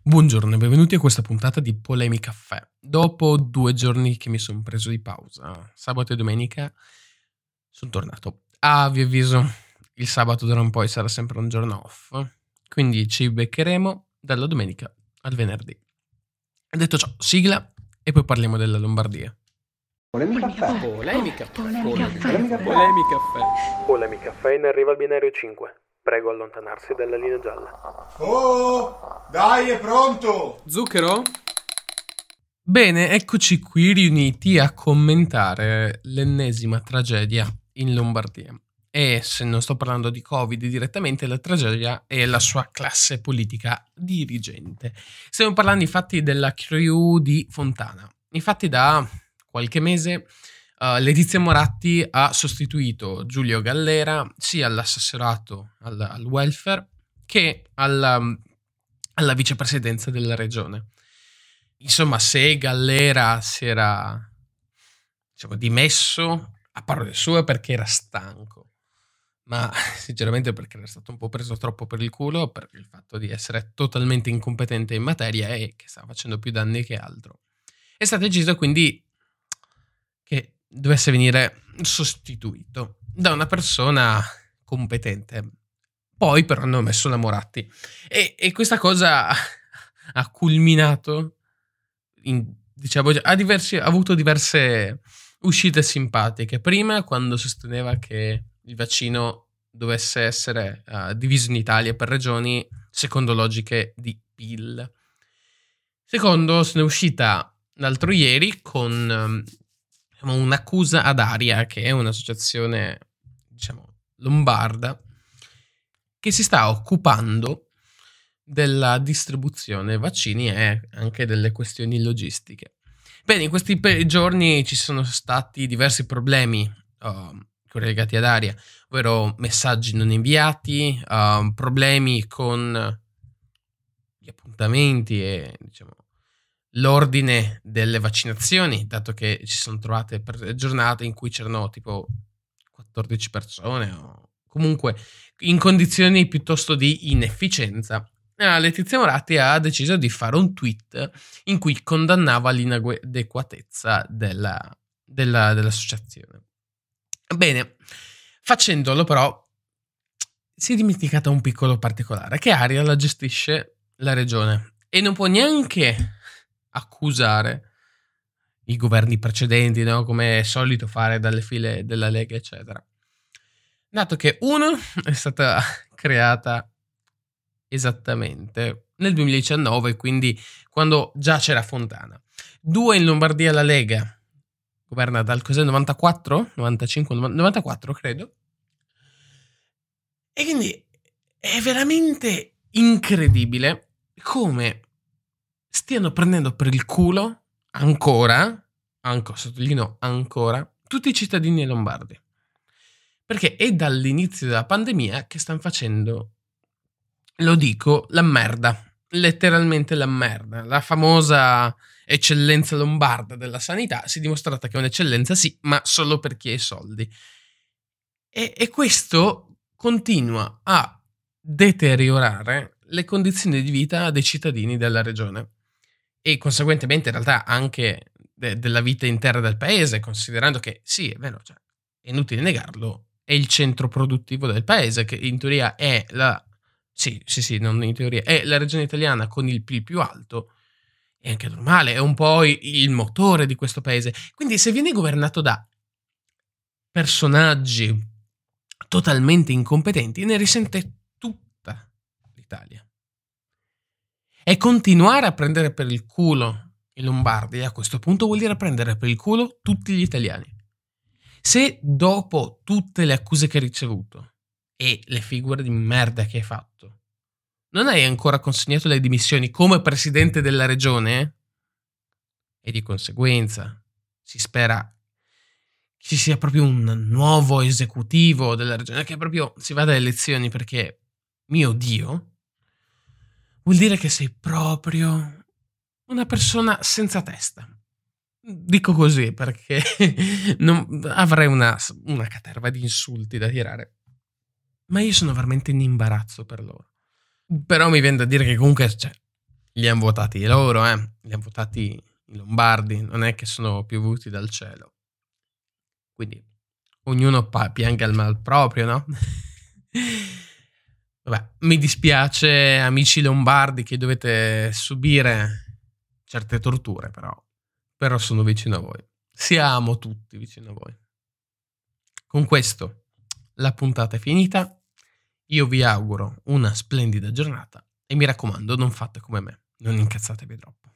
Buongiorno e benvenuti a questa puntata di Polemicaffè. Dopo 2 giorni che mi son preso di pausa, sabato e domenica, son tornato. Vi avviso, il sabato d'ora in poi sarà sempre un giorno off, quindi ci beccheremo dalla domenica al venerdì. Detto ciò, sigla e poi parliamo della Lombardia. Polemicaffè. Polemicaffè in arriva al binario 5. Prego allontanarsi dalla linea gialla. Oh, dai, è pronto! Zucchero? Bene, eccoci qui riuniti a commentare l'ennesima tragedia in Lombardia. E se non sto parlando di Covid direttamente, la tragedia è la sua classe politica dirigente. Stiamo parlando infatti della crew di Fontana. Infatti da qualche mese Letizia Moratti ha sostituito Giulio Gallera sia all'assessorato al welfare che alla vicepresidenza della regione. Insomma, se Gallera si era dimesso a parole sue perché era stanco, ma sinceramente perché era stato un po' preso troppo per il culo per il fatto di essere totalmente incompetente in materia e che stava facendo più danni che altro. È stato deciso quindi che dovesse venire sostituito da una persona competente. Poi però hanno messo la Moratti e questa cosa ha culminato ha avuto diverse uscite simpatiche. Prima, quando sosteneva che il vaccino dovesse essere diviso in Italia per regioni secondo logiche di PIL. Secondo, se ne è uscita l'altro ieri con un'accusa ad Aria, che è un'associazione lombarda che si sta occupando della distribuzione vaccini e anche delle questioni logistiche. Bene, in questi giorni ci sono stati diversi problemi collegati ad Aria, ovvero messaggi non inviati, problemi con gli appuntamenti e l'ordine delle vaccinazioni, dato che ci sono trovate giornate in cui c'erano tipo 14 persone o comunque in condizioni piuttosto di inefficienza. Letizia Moratti ha deciso di fare un tweet in cui condannava l'inadeguatezza dell'associazione. Bene, facendolo però si è dimenticata un piccolo particolare, che Aria la gestisce la regione e non può neanche accusare i governi precedenti, no? Come è solito fare dalle file della Lega, eccetera. Dato che uno è stata creata esattamente nel 2019, quindi quando già c'era Fontana. 2, in Lombardia la Lega governa dal 94, 95, 94 credo. E quindi è veramente incredibile come stiano prendendo per il culo ancora, sottolineo ancora, tutti i cittadini lombardi. Perché è dall'inizio della pandemia che stanno facendo, lo dico, la merda. Letteralmente la merda. La famosa eccellenza lombarda della sanità si è dimostrata che è un'eccellenza sì, ma solo per chi ha i soldi. E questo continua a deteriorare le condizioni di vita dei cittadini della regione e conseguentemente in realtà anche della vita intera del paese, considerando che sì, è vero, è inutile negarlo, è il centro produttivo del paese, che in teoria è non in teoria, è la regione italiana con il PIL più alto, è anche normale, è un po' il motore di questo paese. Quindi se viene governato da personaggi totalmente incompetenti, ne risente tutta l'Italia. E continuare a prendere per il culo i lombardi a questo punto vuol dire prendere per il culo tutti gli italiani. Se dopo tutte le accuse che hai ricevuto e le figure di merda che hai fatto non hai ancora consegnato le dimissioni come presidente della regione, e di conseguenza si spera ci sia proprio un nuovo esecutivo della regione, che proprio si vada alle elezioni, perché, mio Dio, vuol dire che sei proprio una persona senza testa. Dico così perché avrei una caterva di insulti da tirare. Ma io sono veramente in imbarazzo per loro. Però mi viene da dire che comunque Li hanno votati loro, li hanno votati i lombardi, non è che sono piovuti dal cielo. Quindi ognuno pianga il mal proprio, no? Vabbè, mi dispiace, amici lombardi, che dovete subire certe torture, però sono vicino a voi. Siamo tutti vicino a voi. Con questo la puntata è finita. Io vi auguro una splendida giornata e mi raccomando, non fate come me, non incazzatevi troppo.